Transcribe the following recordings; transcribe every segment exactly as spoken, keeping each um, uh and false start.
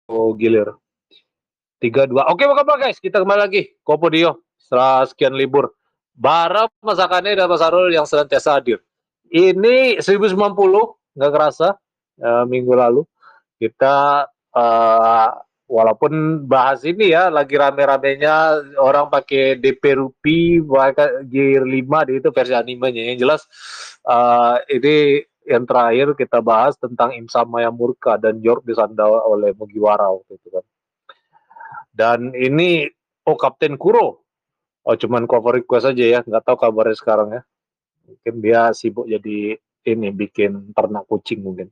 Oh, gilir. tiga, dua. Oke, apa guys? Kita kembali lagi. Kopodio. Setelah sekian libur. Barang masakannya dan Mas Arul yang senantiasa hadir. Ini seribu sembilan puluh, nggak kerasa, uh, minggu lalu. Kita, uh, walaupun bahas ini ya, lagi rame-ramenya orang pakai D P Rupi, Gear lima, itu versi animenya. Yang jelas, uh, ini yang terakhir kita bahas tentang Insa Maya Murka dan York disandal oleh Mugiwara waktu itu kan. Dan ini, oh Kapten Kuro. Oh cuman cover request aja ya, nggak tahu kabarnya sekarang ya. Mungkin dia sibuk jadi ini bikin ternak kucing mungkin.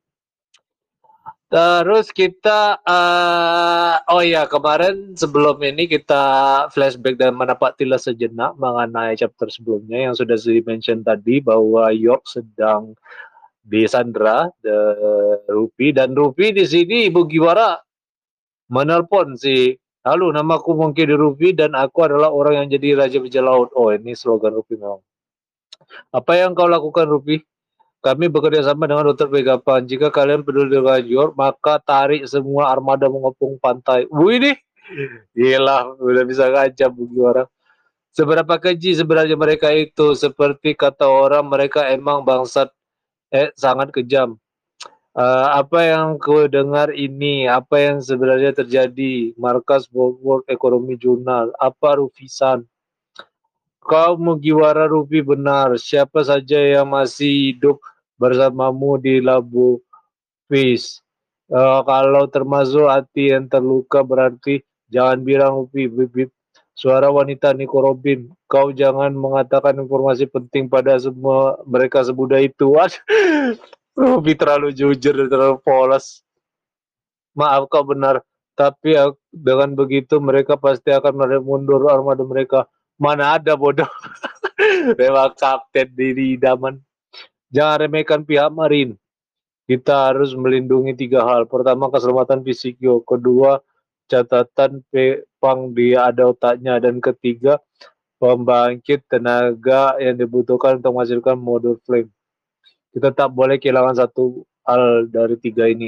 Terus kita, uh, oh ya kemarin sebelum ini kita flashback dan menapak tilas sejenak mengenai chapter sebelumnya yang sudah di mention tadi bahwa York sedang disandra the Rupi, dan Rupi di sini Ibu Giwara menelpon si, halo namaku Monkey D. Rupi dan aku adalah orang yang jadi Raja Bajak Laut. Oh ini slogan Rupi memang. Apa yang kau lakukan Rupi? Kami bekerja sama dengan Dokter Pegapan. Jika kalian peduli dengan York, maka tarik semua armada mengepung pantai. Wih nih, gila, udah bisa ngajak bagi orang. Seberapa keji sebenarnya mereka itu? Seperti kata orang, mereka emang bangsat, eh sangat kejam. Uh, apa yang kau dengar ini? Apa yang sebenarnya terjadi? Markas World Economy Journal. Apa Rufisan? Kau Mugiwara Rupi benar. Siapa saja yang masih hidup bersamamu di Labu Fis? Uh, kalau termasuk hati yang terluka berarti jangan bilang Rupi. Bip, bip. Suara wanita Nico Robin. Kau jangan mengatakan informasi penting pada semua mereka semudah itu. Rupi terlalu jujur dan terlalu polos. Maaf kau benar, tapi dengan begitu mereka pasti akan menarik mundur armada mereka. Mana ada bodoh. Memang kapten diri idaman. Jangan remehkan pihak marin. Kita harus melindungi tiga hal. Pertama, keselamatan fisik Yo. Kedua, catatan Pang dia ada otaknya. Dan ketiga, pembangkit tenaga yang dibutuhkan untuk menghasilkan modul flame. Kita tak boleh kehilangan satu hal dari tiga ini.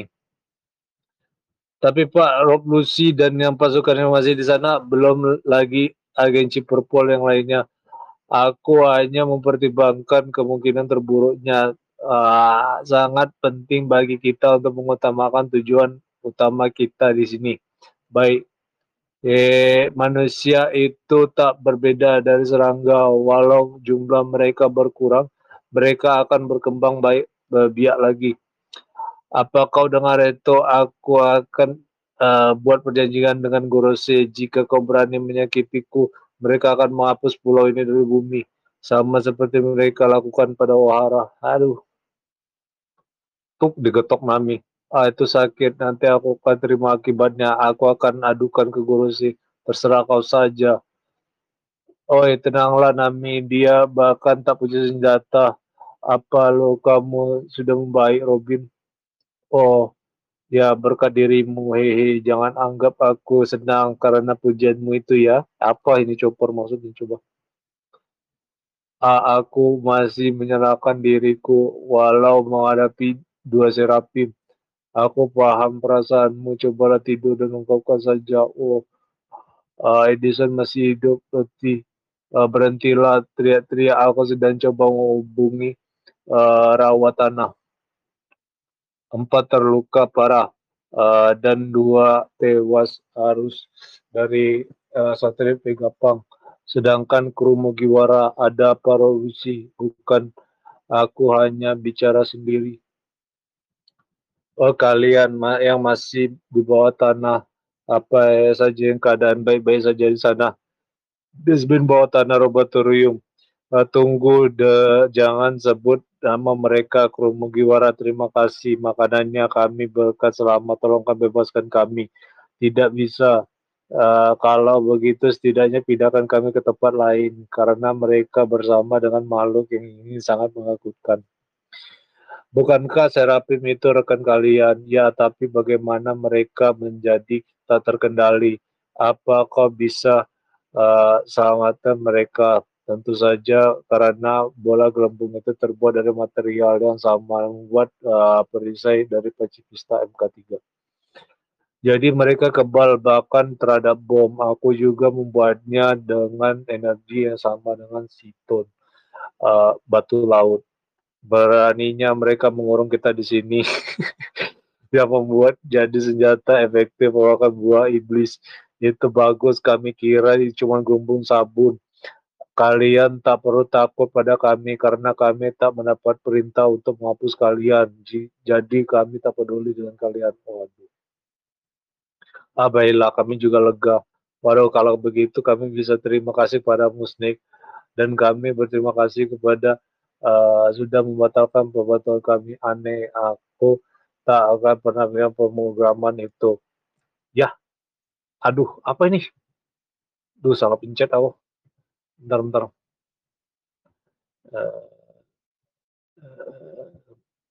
Tapi Pak, Rob Lucy dan yang pasukan yang masih di sana belum lagi agensi Perpol yang lainnya. Aku hanya mempertimbangkan kemungkinan terburuknya. Uh, sangat penting bagi kita untuk mengutamakan tujuan utama kita di sini. Baik, eh, manusia itu tak berbeda dari serangga. Walau jumlah mereka berkurang, mereka akan berkembang baik biak lagi. Apa kau dengar itu? Aku akan uh, buat perjanjian dengan Gorose. Jika kau berani menyakitiku, mereka akan menghapus pulau ini dari bumi. Sama seperti mereka lakukan pada Ohara. Aduh, tuk digetok Nami. Ah, itu sakit. Nanti aku akan terima akibatnya. Aku akan adukan ke Gorose. Terserah kau saja. Oh, tenanglah Nami. Dia bahkan tak punya senjata. Apa lo kamu sudah membaik, Robin? Oh, ya berkat dirimu, hehe. Jangan anggap aku senang karena pujianmu itu ya. Apa ini Chopper maksudnya coba? Ah, aku masih menyerahkan diriku walau menghadapi dua serapim. Aku paham perasaanmu. Cobalah tidur dan ungkapkan saja. Oh, uh, Edison masih hidup. Berarti uh, berhentilah teriak-teriak. Aku sedang coba menghubungi uh, rawat tanah. Empat terluka parah uh, dan dua tewas harus dari uh, satelit Vegapunk. Sedangkan kru Mugiwara ada Parowishi, bukan aku hanya bicara sendiri. Oh kalian ma yang masih di bawah tanah, apa ya saja yang keadaan baik-baik saja di sana. Disbin bawah tanah laboratorium. Uh, tunggu, de, jangan sebut nama mereka. Kru Mugiwara, terima kasih makanannya, kami berkat selamat, tolong kami bebaskan kami. Tidak bisa. Uh, kalau begitu setidaknya pindahkan kami ke tempat lain karena mereka bersama dengan makhluk yang ini sangat menakutkan. Bukankah Serapim itu rekan kalian? Ya, tapi bagaimana mereka menjadi tak terkendali? Apa kau bisa uh, selamatkan mereka? Tentu saja karena bola gelembung itu terbuat dari material yang sama, membuat uh, perisai dari pacifista M K tiga. Jadi mereka kebal bahkan terhadap bom. Aku juga membuatnya dengan energi yang sama dengan siton, uh, batu laut. Beraninya mereka mengurung kita di sini. Yang membuat jadi senjata efektif melawan buah iblis. Itu bagus, kami kira ini cuma gumbung sabun. Kalian tak perlu takut pada kami karena kami tak mendapat perintah untuk menghapus kalian. Ji- Jadi kami tak peduli dengan kalian. Waduh. Ah, baiklah, kami juga lega. Waduh, kalau begitu kami bisa terima kasih pada Musnik dan kami berterima kasih kepada uh, sudah membatalkan pembatal kami. Aneh, aku tak akan pernah melihat pemrograman itu. Ya, aduh, apa ini? Duh, salah pencet aku. Bentar, bentar. Uh, uh,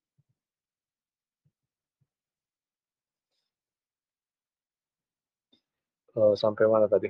uh, sampai mana tadi?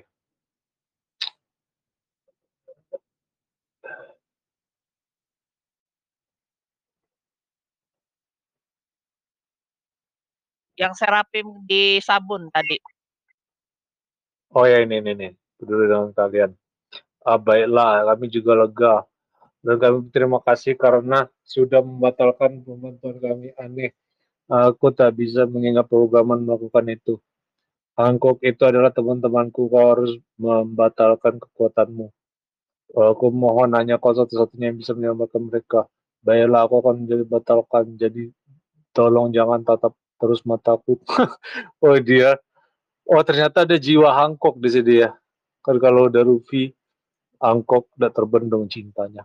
Yang Serapim di sabun tadi. Oh ya, ini, ini, ini. Peduli dengan kalian. Ah, baiklah, kami juga lega. Dan kami terima kasih karena sudah membatalkan pembantuan kami. Aneh, aku tak bisa mengingat programan melakukan itu. Hancock itu adalah teman-temanku, kau harus membatalkan kekuatanmu. Aku mohon hanya kau satu-satunya yang bisa menyelamatkan mereka. Baiklah, aku akan menjadi batalkan. Jadi tolong jangan tatap terus mataku. Oh dia, oh ternyata ada jiwa Hancock di sini ya. Kan kalau udah Ruffy, Hancock udah terbendung cintanya.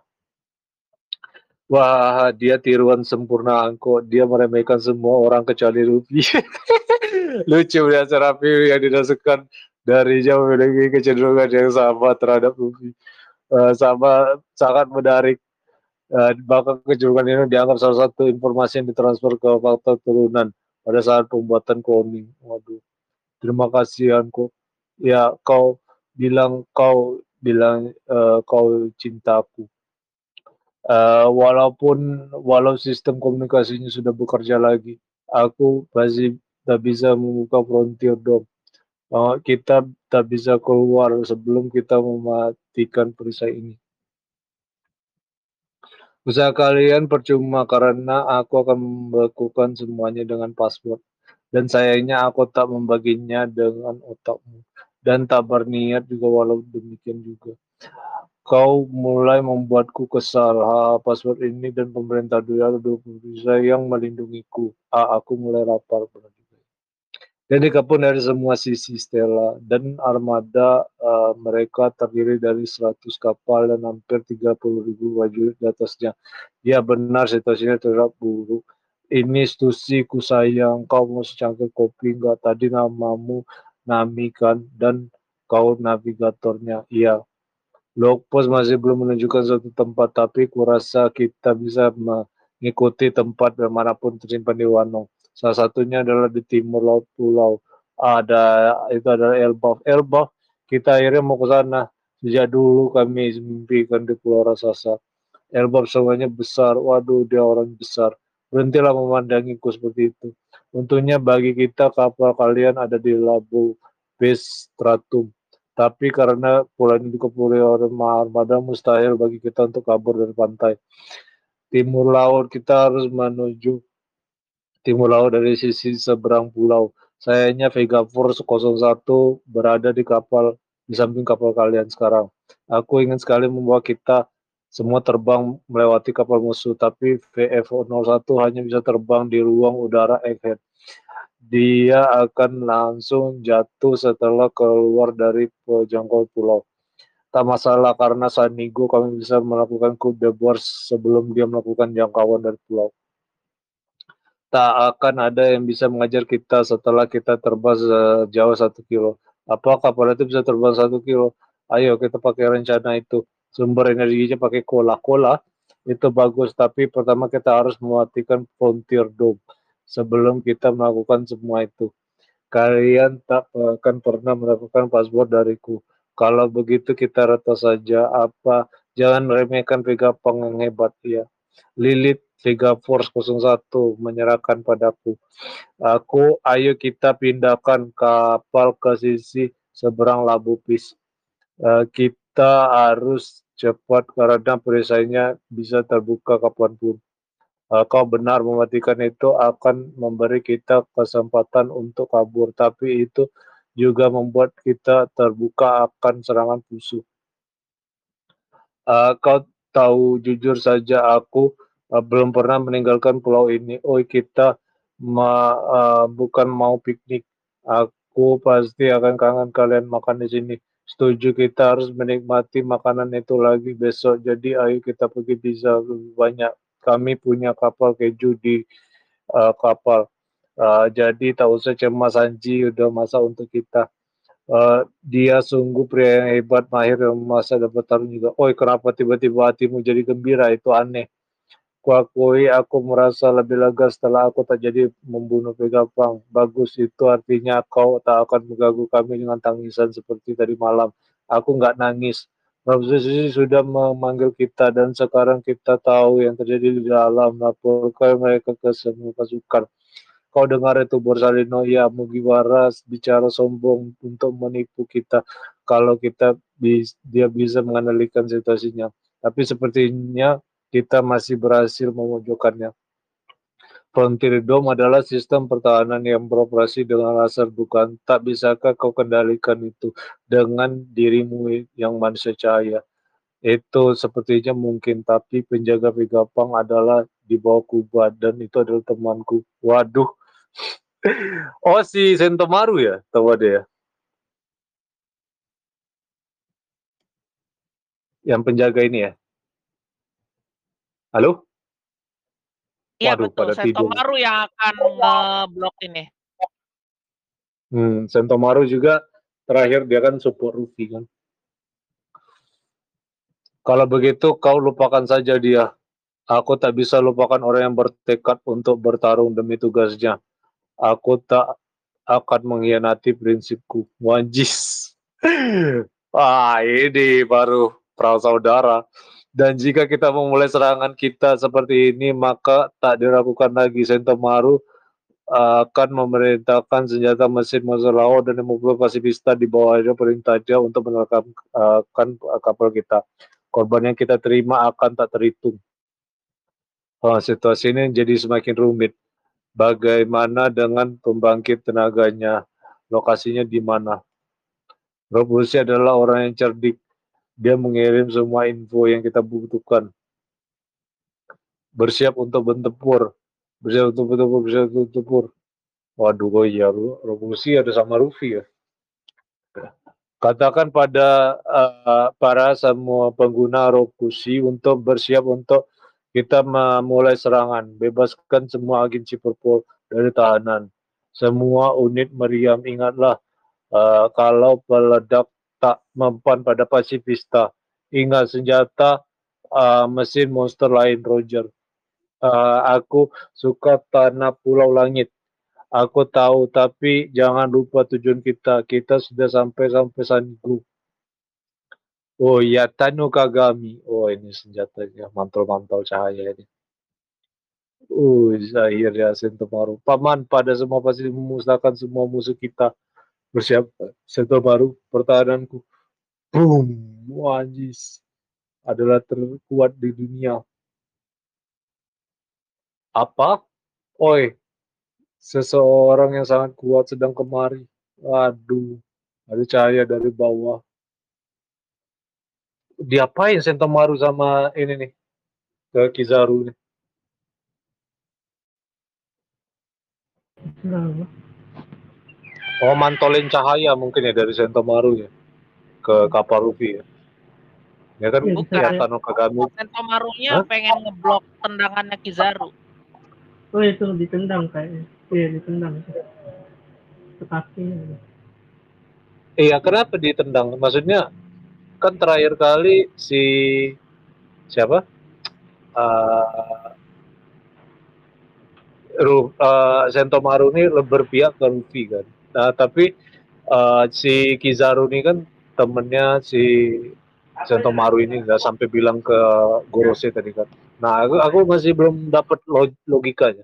Wah, dia tiruan sempurna Hancock. Dia meremehkan semua orang kecuali Ruffy. Lucu ya Serapi yang dirasukan dari jauh memiliki kecenderungan yang sama terhadap Luffy. Uh, sama sangat menarik. Uh, bahkan kecenderungan ini dianggap salah satu informasi yang ditransfer ke faktor turunan pada saat pembuatan cloning. Waduh, terima kasih Anko. Ya, kau bilang kau bilang uh, kau cintaku. Uh, walaupun walau sistem komunikasinya sudah bekerja lagi, aku masih tak bisa membuka frontier dom. Uh, kita tak bisa keluar sebelum kita mematikan perisai ini. Usaha kalian percuma karena aku akan melakukan semuanya dengan password. Dan sayangnya aku tak membaginya dengan otakmu. Dan tak berniat juga walau demikian juga. Kau mulai membuatku kesal. Ha, password ini dan pemerintah dunia bisa yang melindungiku. Ha, aku mulai lapar. Jadi kapun dari semua sisi Stella dan armada uh, mereka terdiri dari seratus kapal dan hampir tiga puluh ribu prajurit di atasnya. Ya benar situasinya terlalu buruk. Ini Stusiku sayang, kau mau secangkir kopi enggak? Tadi namamu Nami kan dan kau navigatornya. Iya, Logpost masih belum menunjukkan suatu tempat, tapi kurasa kita bisa mengikuti tempat dimanapun tersimpan di Wano. Salah satunya adalah di timur laut pulau. Ada itu adalah Elbaf. Elbaf, kita akhirnya mau ke sana. Sejak dulu kami mimpikan di Pulau Raksasa. Elbaf semuanya besar. Waduh, dia orang besar. Berhentilah memandangiku seperti itu. Untungnya bagi kita kapal kalian ada di Labu Base Stratum. Tapi karena pulau ini dikepulai oleh armada, mustahil bagi kita untuk kabur dari pantai. Timur laut kita harus menuju timur laut dari sisi seberang pulau. Sayangnya Vega Force nol satu berada di kapal di samping kapal kalian sekarang. Aku ingin sekali membawa kita semua terbang melewati kapal musuh, tapi V F nol satu hanya bisa terbang di ruang udara Egghead. Dia akan langsung jatuh setelah keluar dari jangkauan pulau. Tak masalah karena Sanigo kami bisa melakukan coup de boers sebelum dia melakukan jangkauan dari pulau. Tak akan ada yang bisa mengajar kita setelah kita terbang sejauh satu kilo. Apa kapal itu bisa terbang satu kilo? Ayo kita pakai rencana itu. Sumber energinya pakai cola-cola itu bagus, tapi pertama kita harus mematikan Frontier Dome sebelum kita melakukan semua itu. Kalian tak akan pernah melakukan password dariku. Kalau begitu kita rata saja. Apa? Jangan remehkan Vegapunk yang hebat ya. Lilith Vega Force nol satu menyerahkan padaku. Aku, ayo kita pindahkan kapal ke sisi seberang Labupis. Uh, kita harus cepat karena perisainya bisa terbuka kapanpun. Uh, kau benar, mematikan itu akan memberi kita kesempatan untuk kabur, tapi itu juga membuat kita terbuka akan serangan musuh. Uh, kau tahu, jujur saja aku uh, belum pernah meninggalkan pulau ini. Oh, kita ma, uh, bukan mau piknik. Aku pasti akan kangen kalian makan di sini. Setuju, kita harus menikmati makanan itu lagi besok. Jadi ayo kita pergi bisa lebih banyak. Kami punya kapal keju di uh, kapal. Uh, jadi tak usah cemas, Anji udah masak untuk kita. Uh, dia sungguh pria yang hebat, mahir yang masa dan bertarung juga. Oi, kenapa tiba-tiba hatimu jadi gembira? Itu aneh. Kuakui aku merasa lebih lega setelah aku tak jadi membunuh Vegapunk. Bagus, itu artinya kau tak akan mengganggu kami dengan tangisan seperti tadi malam. Aku nggak nangis. Prabu Susi sudah memanggil kita dan sekarang kita tahu yang terjadi di dalam. Laporkan mereka ke semua pasukan. Kau dengar itu, Borsalino? Ya, Mugiwara bicara sombong untuk menipu kita kalau kita bis, dia bisa mengendalikan situasinya. Tapi sepertinya kita masih berhasil memojokkannya. Frontier Dome adalah sistem pertahanan yang beroperasi dengan laser, bukan? Tak bisakah kau kendalikan itu dengan dirimu yang manusia cahaya? Itu sepertinya mungkin, tapi penjaga Vegapunk adalah di bawah Kuba dan itu adalah temanku. Waduh. Oh, si Sentomaru ya? Tahu ada ya? Yang penjaga ini ya? Halo? Iya Waduh, betul, pada tidur. Sentomaru yang akan ngeblok ini. Hmm, Sentomaru juga terakhir dia kan support Ruffy kan. Kalau begitu kau lupakan saja dia. Aku tak bisa lupakan orang yang bertekad untuk bertarung demi tugasnya. Aku tak akan mengkhianati prinsipku. Wanjis. Wah, ini baru perahu saudara. Dan jika kita memulai serangan kita seperti ini, maka tak diragukan lagi, Sentomaru akan memerintahkan senjata mesin monster laut dan mobil pasifista di bawahnya perintahnya untuk menerkam uh, kapal kita. Korban yang kita terima akan tak terhitung. Oh, situasi ini jadi semakin rumit. Bagaimana dengan pembangkit tenaganya? Lokasinya di mana? Rob Rusi adalah orang yang cerdik. Dia mengirim semua info yang kita butuhkan. Bersiap untuk bertempur. Bersiap untuk bertempur. Bersiap untuk bertempur. Waduh, oh iya, Rob Rusi ada sama Ruffy ya. Katakan pada uh, para semua pengguna Rokushi untuk bersiap untuk kita memulai serangan. Bebaskan semua agen Cyberpol dari tahanan. Semua unit meriam, ingatlah uh, kalau peledak tak mempan pada pasifista. Ingat senjata uh, mesin monster lain, Roger. Uh, aku suka tanah Pulau Langit. Aku tahu, tapi jangan lupa tujuan kita. Kita sudah sampai sampai Sangu. Oh ya, Tanu Kagami. Oh, ini senjatanya, mantul-mantul cahaya ini. Uh, akhirnya Sentomaru. Paman, pada semua pasti memusnahkan semua musuh kita. Bersiap, Sentomaru, pertahananku. Boom, wajis. Adalah terkuat di dunia. Apa? Oi, seseorang yang sangat kuat sedang kemari. Aduh, ada cahaya dari bawah. Diapain Sentomaru sama ini nih, ke Kizaru nih? Oh, mantolin cahaya mungkin ya dari Sentomaru ya ke kapal Ruffy ya. Ya kan, Bukan. ya Tano Kagami. Sentomarunya pengen ngeblok tendangannya Kizaru. Oh, itu ditendang kayaknya. Iya, ditendang. Ke kakinya. Iya, kenapa ditendang? Maksudnya kan terakhir kali si siapa? Uh, Ru, uh, Sentomaru ini berpihak ke Luffy kan. Nah, tapi uh, si Kizaru ini kan temennya si Sentomaru ini nggak sampai bilang ke Gorose tadi kan. Nah, aku aku masih belum dapat log- logikanya.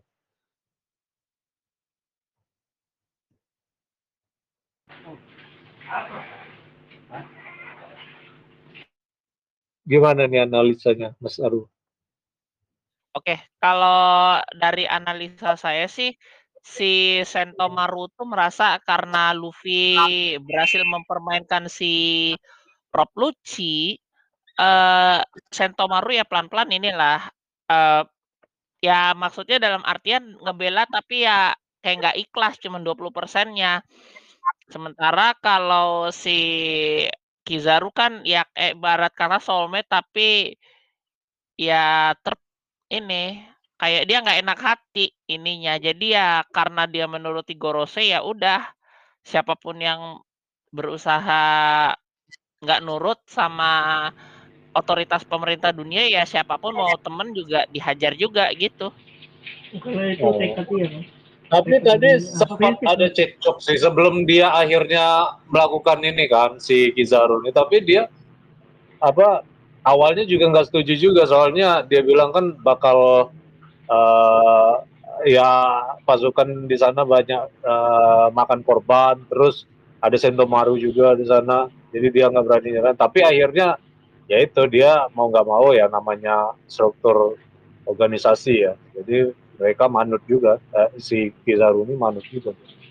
Gimana nih analisanya, Mas Aru? Oke, kalau dari analisa saya sih, si Sentomaru tuh merasa karena Luffy berhasil mempermainkan si Rob Lucci, eh Sentomaru ya pelan-pelan inilah, eh ya maksudnya dalam artian ngebela tapi ya kayak nggak ikhlas cuma dua puluh persennya. Sementara kalau si Kizaru kan ya eh, ibarat karena soulmate tapi ya ter ini kayak dia nggak enak hati ininya. Jadi ya karena dia menuruti Gorose ya udah siapapun yang berusaha nggak nurut sama otoritas pemerintah dunia ya siapapun mau temen juga dihajar juga gitu. Karena itu Oh. tekad dia kan. Tapi Tekad tadi dia. Ah, sempat prinsip ada lah. cekcok sih sebelum dia akhirnya melakukan ini kan si Kizaru ini. Tapi dia apa awalnya juga nggak setuju juga soalnya dia bilang kan bakal eh, ya pasukan di sana banyak eh, makan korban, terus ada Sentomaru juga di sana, jadi dia nggak berani nyerah. Tapi akhirnya ya itu dia mau nggak mau ya namanya struktur organisasi ya, jadi mereka manut juga, eh, si Kizaru ini manut juga.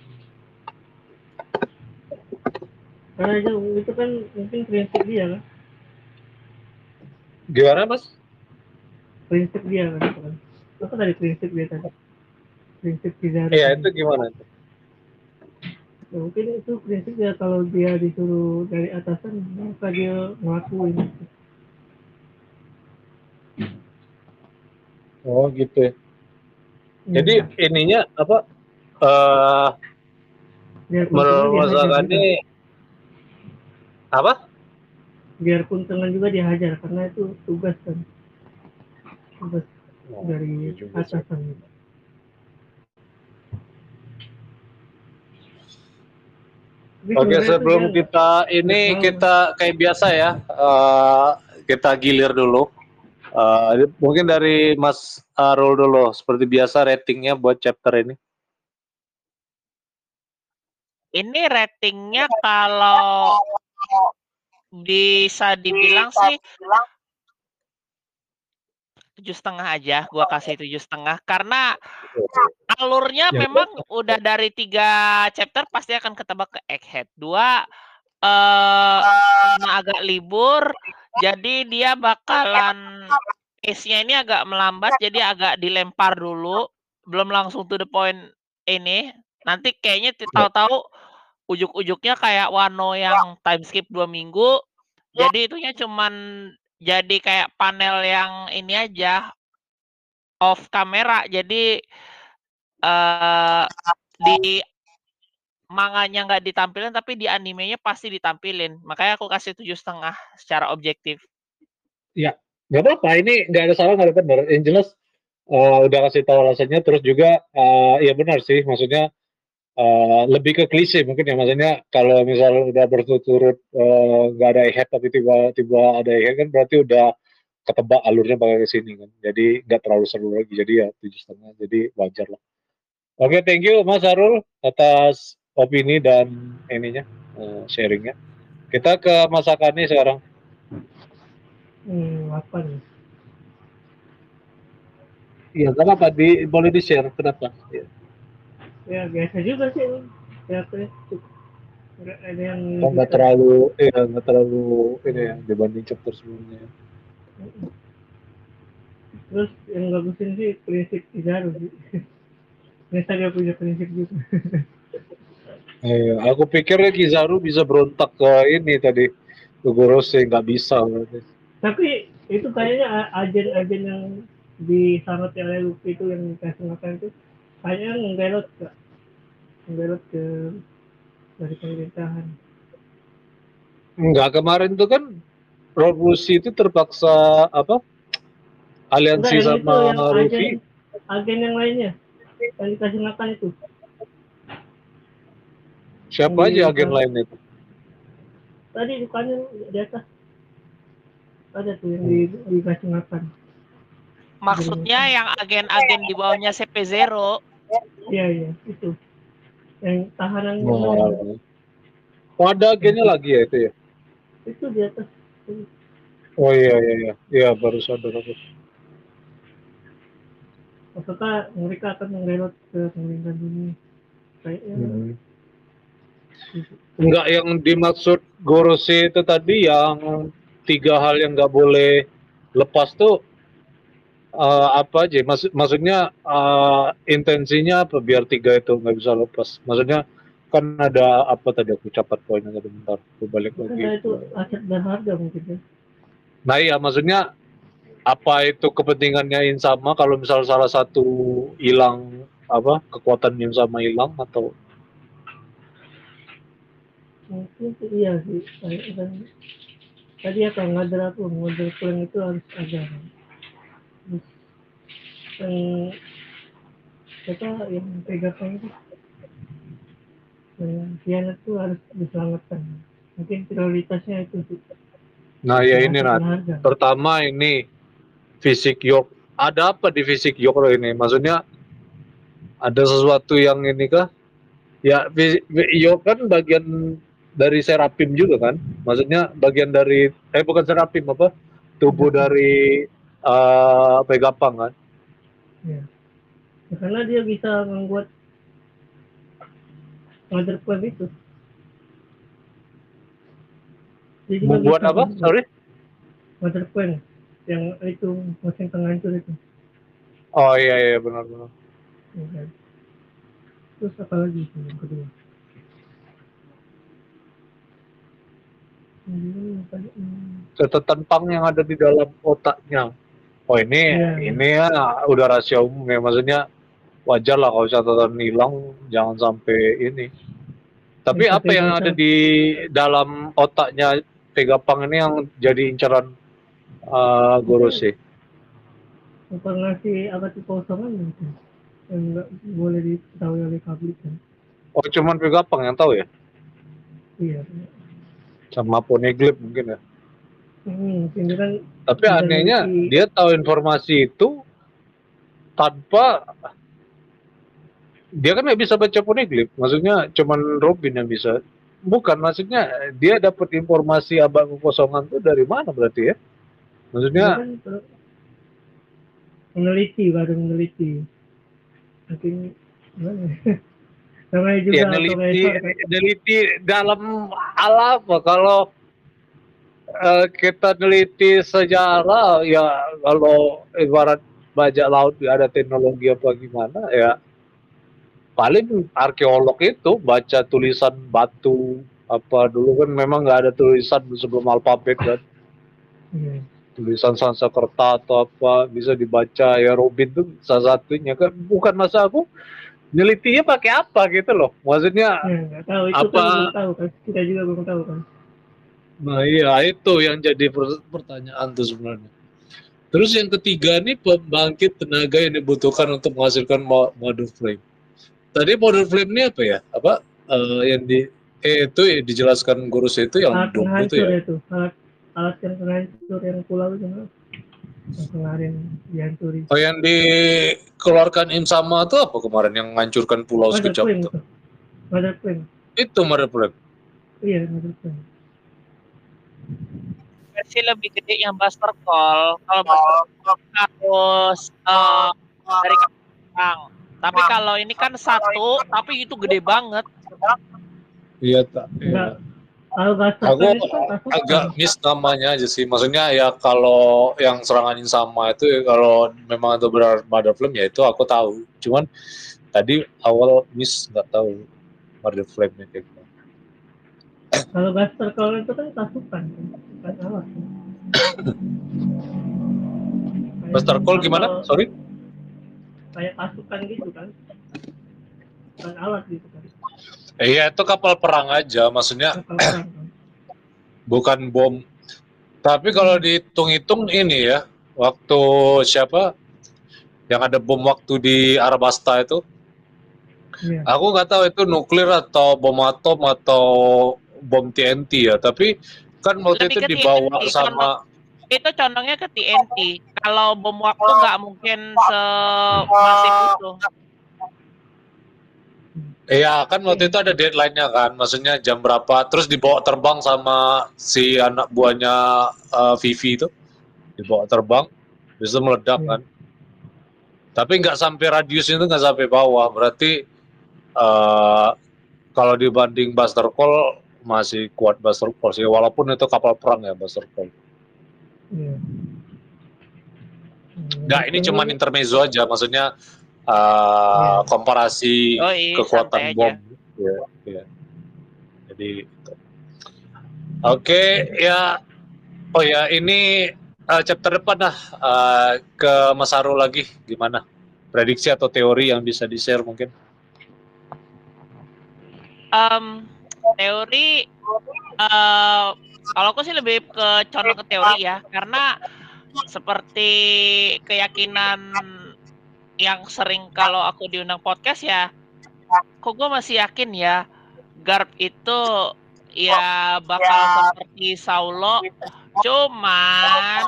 Karena itu, itu kan mungkin prinsip dia kan. Gimana Mas? Prinsip dia kan. Itu kan. Apa tadi prinsip dia tadi? Prinsip Kizaru Iya tadi. itu gimana? Ya, mungkin itu prinsip dia kalau dia disuruh dari atasan maka dia ngelakuin. Oh gitu ya. Jadi Hmm. ininya apa? Eh Biarpun tengah dia hajar Menurut juga. ini apa? Biarpun tengah juga dia hajar karena itu tugas kan. Tugas Oh, dari iya juga sih. atasan. Tapi Oke, sebenarnya itu dia sebelum nggak kita nggak ini tahu kan. kita kayak biasa ya, eh, kita gilir dulu. Eh, mungkin dari Mas Arul dulu, seperti biasa ratingnya buat chapter ini. Ini ratingnya kalau bisa dibilang sih tujuh setengah aja, gua kasih tujuh setengah karena alurnya Ya, memang udah dari tiga chapter pasti akan ketebak ke Egghead. Dua eh karena agak libur, jadi dia bakalan pace-nya ini agak melambat, jadi agak dilempar dulu, belum langsung to the point ini. Nanti kayaknya tahu-tahu ujuk-ujuknya kayak Wano yang time skip dua minggu. Jadi itunya cuman jadi kayak panel yang ini aja off kamera. Jadi eh di manganya nggak ditampilin tapi di animenya pasti ditampilin. Makanya aku kasih tujuh setengah secara objektif. ya, nggak apa-apa. Ini nggak ada salah, nggak ada benar. Yang jelas eh, udah kasih tahu alasannya, terus juga eh, ya benar sih. Maksudnya eh, lebih ke klise mungkin ya. Maksudnya kalau misal udah berturut-turut eh, nggak ada head tapi tiba-tiba ada head kan berarti udah ketebak alurnya bakal ke sini kan. Jadi nggak terlalu seru lagi. Jadi ya tujuh setengah. Jadi wajar lah. Oke, thank you Mas Arul atas opini dan ininya eh, sharingnya. Kita ke masakannya sekarang. Hmm, apa nih? Iya, nggak apa-apa. Di, boleh di-share. Kenapa? Ya. Ya biasa juga sih. Ya apa ya? Nggak ada yang Oh, nggak kita. terlalu, iya, nggak terlalu ini ya dibanding chapter sebelumnya. Terus yang bagusin sih prinsip Kizaru sih. Ternyata dia punya prinsip juga. Eh, aku pikir Kizaru bisa berontak ke ini tadi ke Gorose, nggak bisa berarti. Tapi itu kayaknya a- agen-agen yang disangat oleh Luffy itu yang dikasih makan itu kayaknya ngebelot ke ngebelot ke dari pemerintahan. Nggak, kemarin tuh kan Revolusi itu terpaksa apa Enggak, aliansi yang itu sama yang agen Luffy. agen yang lainnya yang dikasih makan itu yang Siapa di aja agen sana. lain itu? Tadi bukannya di atas ada tuh yang di, Hmm. dikasih makan. maksudnya yang agen-agen di bawahnya C P Zero. Iya iya itu. Yang tahanan yang Oh, mana? oh, ada agennya lagi ya itu ya? Itu di atas. Oh iya iya iya, iya baru sadar aku. Maksudnya mereka akan mengelot ke pemerintahan dunia. Kayaknya Hmm. gitu. Enggak, yang dimaksud Gorosi itu tadi yang tiga hal yang nggak boleh lepas tuh eh, apa aja? Maksud, maksudnya eh, intensinya apa biar tiga itu nggak bisa lepas? Maksudnya kan ada apa tadi aku catat poinnya tadi, bentar, aku balik Mungkin lagi. itu aset berharga mungkin ya. Nah iya, maksudnya apa itu kepentingannya Insama kalau misal salah satu hilang, apa kekuatan Insama hilang atau Mungkin sih iya sih. Kayak kan tadi apa ngadar aku ngadar plan itu harus ada. Terus yang apa yang pegang itu yang khianat itu harus diselamatkan. Mungkin prioritasnya itu sih. nah ya ini Aset nah berharga. pertama ini fisik Yok. Ada apa di fisik Yok ini? Maksudnya ada sesuatu yang ini kah? Ya, fi- fi- Yok kan bagian dari Serapim juga kan? Maksudnya bagian dari, eh bukan Serapim apa? Tubuh dari uh, Pegapang kan? Ya. Ya, karena dia bisa membuat mother plan itu. Dia juga Membuat bisa apa? membuat Sorry? mother plan yang itu mesin penghancur itu. Oh iya iya benar-benar. Ya, kan? Terus apa lagi itu yang kedua? Hmm, tadi, hmm. Catatan pang yang ada di dalam otaknya. Oh ini Ya, ini ya udah rahasia umum ya. Maksudnya wajar lah kalau catatan hilang, jangan sampai ini. Tapi ya, apa sampai yang nggak ada usah di dalam otaknya Pegapang ini yang jadi incaran uh, Gorose? informasi apa tuh kosongan gitu yang nggak boleh diketahui oleh publik kan. Oh cuman Pegapang yang tahu ya? Iya. Sama Poneglyph mungkin ya. Hmm, ini kan Tapi bisa anehnya miliki dia tahu informasi itu tanpa, dia kan nggak bisa baca Poneglyph. Maksudnya cuman Robin yang bisa. Bukan, maksudnya dia dapat informasi abang kekosongan itu dari mana berarti ya? Maksudnya dia kan per- meneliti baru meneliti mungkin gimana ya? Namanya juga ya neliti profesor kan. neliti dalam hal apa? Kalau eh, kita neliti sejarah ya, kalau ibarat bajak laut ada teknologi apa gimana ya, paling arkeolog itu baca tulisan batu apa dulu kan, memang nggak ada tulisan sebelum alfabet kan, Iya. tulisan Sanskerta atau apa bisa dibaca ya. Robin tuh salah satunya kan. Bukan, masa aku nelitinya pakai apa gitu loh, maksudnya Ya nggak tahu itu kan belum apa. tahu kan kita juga belum tahu kan. Nah iya itu yang jadi per- pertanyaan tuh sebenarnya. Terus yang ketiga nih, pembangkit tenaga yang dibutuhkan untuk menghasilkan mo- modul flame. Tadi modul flame ini apa ya? Apa eh, yang di eh itu ya, dijelaskan guru saya itu yang Alat dom itu penghancur ya? itu alat alat yang penghancur yang pulau itu kan yang kemarin dihancuri. Oh yang dikeluarkan Insama itu apa kemarin yang menghancurkan pulau Mother sekejap plan itu? itu mother plan. Itu modul flame. Iya mother plan. Versi lebih gede yang Buster Call. Kalau Buster Call harus uh, dari Kang. Tapi kalau ini kan satu, tapi itu gede banget. Iya tak. Enggak. Iya. Kalau Buster Aku plan itu kan pasukan. agak miss namanya aja sih. Maksudnya ya kalau yang serangan Insama itu ya, kalau memang itu benar Mother Flame ya itu aku tahu. Cuman tadi awal miss nggak tahu Mother Flame-nya kayak gimana. Kalau Buster Call itu kan pasukan, bukan alat. Buster Call gimana? Sorry? Kayak pasukan gitu kan, bukan alat gitu kan. Eh, iya itu kapal perang aja, maksudnya Kapal perang kan. bukan bom. Tapi kalau dihitung-hitung ini ya, waktu siapa yang ada bom waktu di Arabasta itu, Iya. aku nggak tahu itu nuklir atau bom atom atau bom T N T ya. Tapi kan waktu Lebih itu ke dibawa T N T, sama itu condongnya ke T N T. Kalau bom waktu nggak mungkin semasif itu. Iya kan waktu itu ada deadline-nya kan, maksudnya jam berapa, terus dibawa terbang sama si anak buahnya uh, Vivi itu, dibawa terbang, bisa meledak Iya. kan. Tapi nggak sampai radiusnya itu nggak sampai bawah, berarti uh, kalau dibanding Buster Call masih kuat Buster Call sih, walaupun itu kapal perang ya Buster Call. Iya. Nggak, ini cuman intermezzo aja, maksudnya uh, Iya. komparasi Oh iya, kekuatan santai bom. aja. Ya, ya. Jadi, oke ya. Oh ya, ini uh, chapter depan lah uh, ke Mas Haru lagi, gimana? Prediksi atau teori yang bisa di-share mungkin? Um, teori, uh, kalau aku sih lebih ke condong ke teori ya, karena seperti keyakinan yang sering kalau aku diundang podcast ya, kok gue masih yakin ya, Garp itu ya bakal seperti Saulo, cuman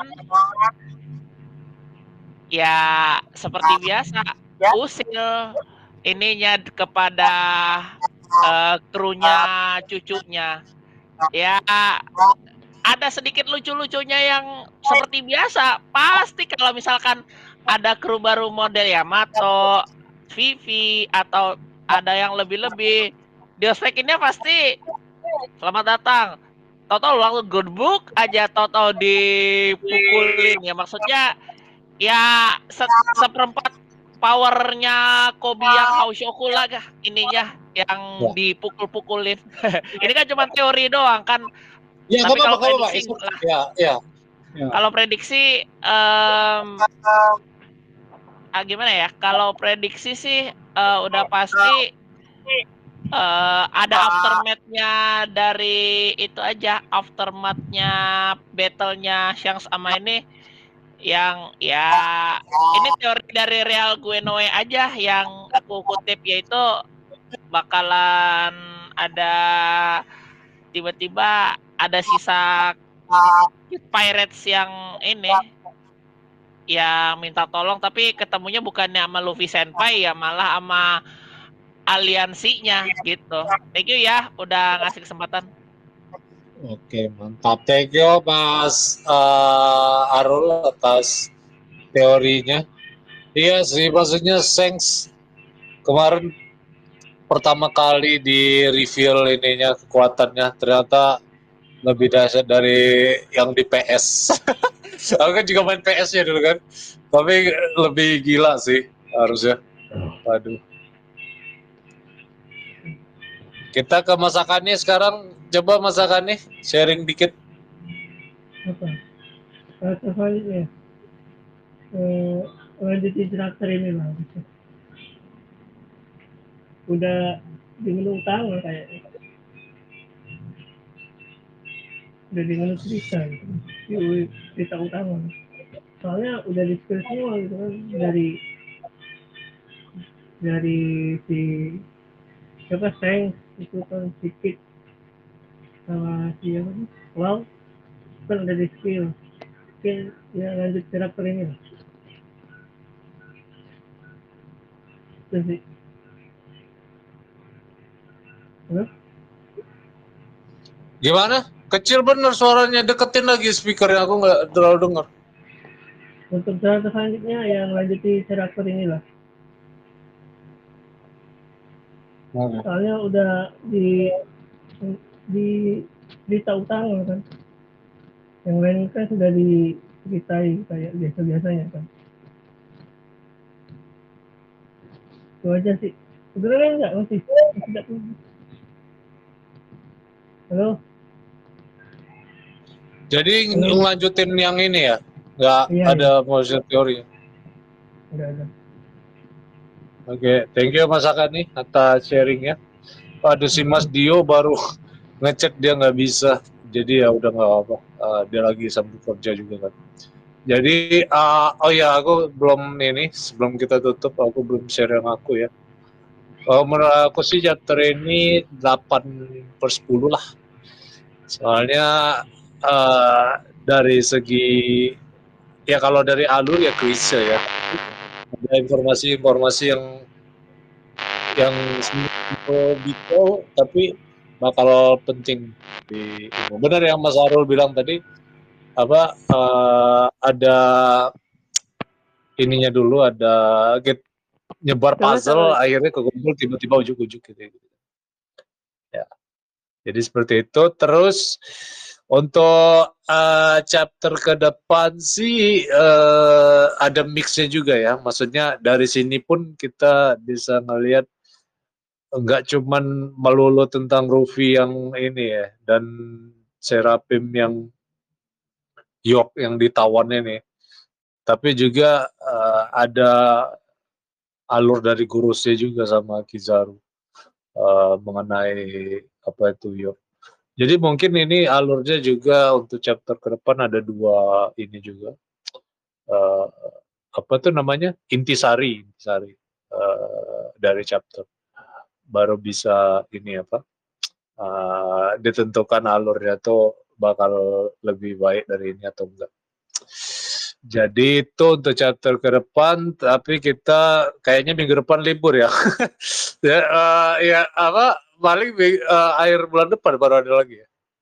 ya seperti biasa usil ininya kepada uh, krunya cucunya. Ya ada sedikit lucu-lucunya yang seperti biasa. Pasti kalau misalkan ada kru baru model Yamato, Vivi, atau ada yang lebih-lebih, diospekinnya pasti selamat datang. Toto langsung good book aja, Toto dipukulin ya, maksudnya ya se seperempat powernya Kobe yang Haushoku lah kah ininya yang Ya. dipukul-pukulin. Ini kan cuma teori doang kan. Ya, Tapi kalau apa-apa, prediksi apa-apa. lah, Ya, ya. Ya. kalau prediksi um, ah, gimana ya? Kalau prediksi sih uh, udah pasti uh, ada aftermath-nya dari itu aja, aftermath-nya battle-nya Shanks sama ini yang ya ini teori dari Real Guenoe aja yang aku kutip, yaitu bakalan ada tiba-tiba ada sisa Pirates yang ini yang minta tolong, tapi ketemunya bukannya sama Luffy Senpai ya, malah sama aliansinya gitu. Thank you ya udah ngasih kesempatan. Oke, mantap. Thank you Mas uh, Arul atas teorinya. Iya sih, maksudnya Shanks kemarin pertama kali di reveal ininya kekuatannya ternyata lebih dahsyat dari yang di P S. Aku kan juga main P S ya dulu kan, tapi lebih gila sih harusnya. Waduh. Kita ke masakannya sekarang. Coba masakannya sharing dikit. Apa? Uh, selanjutnya uh, lanjutin karakter ini lah. Udah di menu utama kayaknya. Udah di menu cerita gitu. Di cerita utama. Soalnya udah di spill semua gitu kan, dari dari si siapa Shanks itu kan si Kid sama si apa nih? Wow, kan udah di spill. Mungkin ya lanjut karakter ini lah. Itu sih. Halo? Gimana? Kecil bener suaranya, deketin lagi speakernya, aku nggak terlalu dengar. Untuk karakter selanjutnya yang lanjuti karakter inilah. Hmm. Soalnya udah di di cerita utama kan. Yang lain kan sudah diceritai kayak biasa-biasanya kan. Itu aja sih. Sebenarnya enggak masih tidak. Halo? Jadi Halo? ngelanjutin yang ini ya? Nggak Iya, ada motion teori. Enggak ada. Oke, thank you Mas Akani atas sharingnya. Aduh si Mas Dio baru ngechat dia nggak bisa, jadi ya udah nggak apa. Uh, dia lagi sambut kerja juga kan. Jadi, uh, oh ya aku belum ini sebelum kita tutup aku belum share yang aku ya. Oh, menurut aku sih chapter ini delapan per sepuluh lah. Soalnya uh, dari segi ya kalau dari alur ya klise ya. Ada informasi-informasi yang yang detail tapi bakal penting di ini. Benar yang Mas Arul bilang tadi apa uh, ada ininya dulu ada get, nyebar puzzle akhirnya kekumpul tiba-tiba ujuk-ujuk gitu. Ya. Jadi seperti itu. Terus untuk uh, chapter ke depan sih uh, ada mixnya juga ya. Maksudnya dari sini pun kita bisa melihat enggak cuman melulu tentang Ruffy yang ini ya dan Seraphim yang York yang ditawan ini. Tapi juga uh, ada alur dari Guruse juga sama Kizaru uh, mengenai apa itu York. Jadi mungkin ini alurnya juga untuk chapter ke depan ada dua ini juga. Uh, apa tuh namanya? Intisari, intisari uh, dari chapter. Baru bisa ini apa? Uh, ditentukan alurnya tuh bakal lebih baik dari ini atau enggak. Jadi itu untuk chapter ke depan, tapi kita kayaknya minggu depan libur ya. ya, uh, ya apa? Paling uh, akhir bulan depan baru ada lagi ya.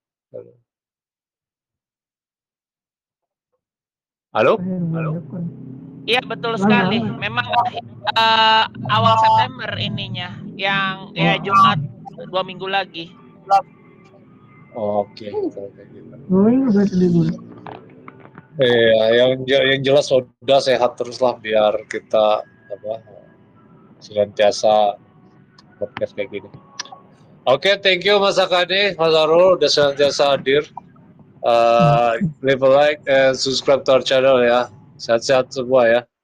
Halo? Halo? Iya betul sekali. Memang uh, awal September ininya, yang ya Jumat dua minggu lagi. Oh, Oke, okay. Dua minggu berarti libur. Iya, yang yang jelas sudah sehat teruslah biar kita apa senantiasa podcast kayak gini. Oke, okay, thank you Mas Akade, Mas Arul udah senantiasa hadir. Uh, leave a like and subscribe to our channel ya. Sehat-sehat semua ya.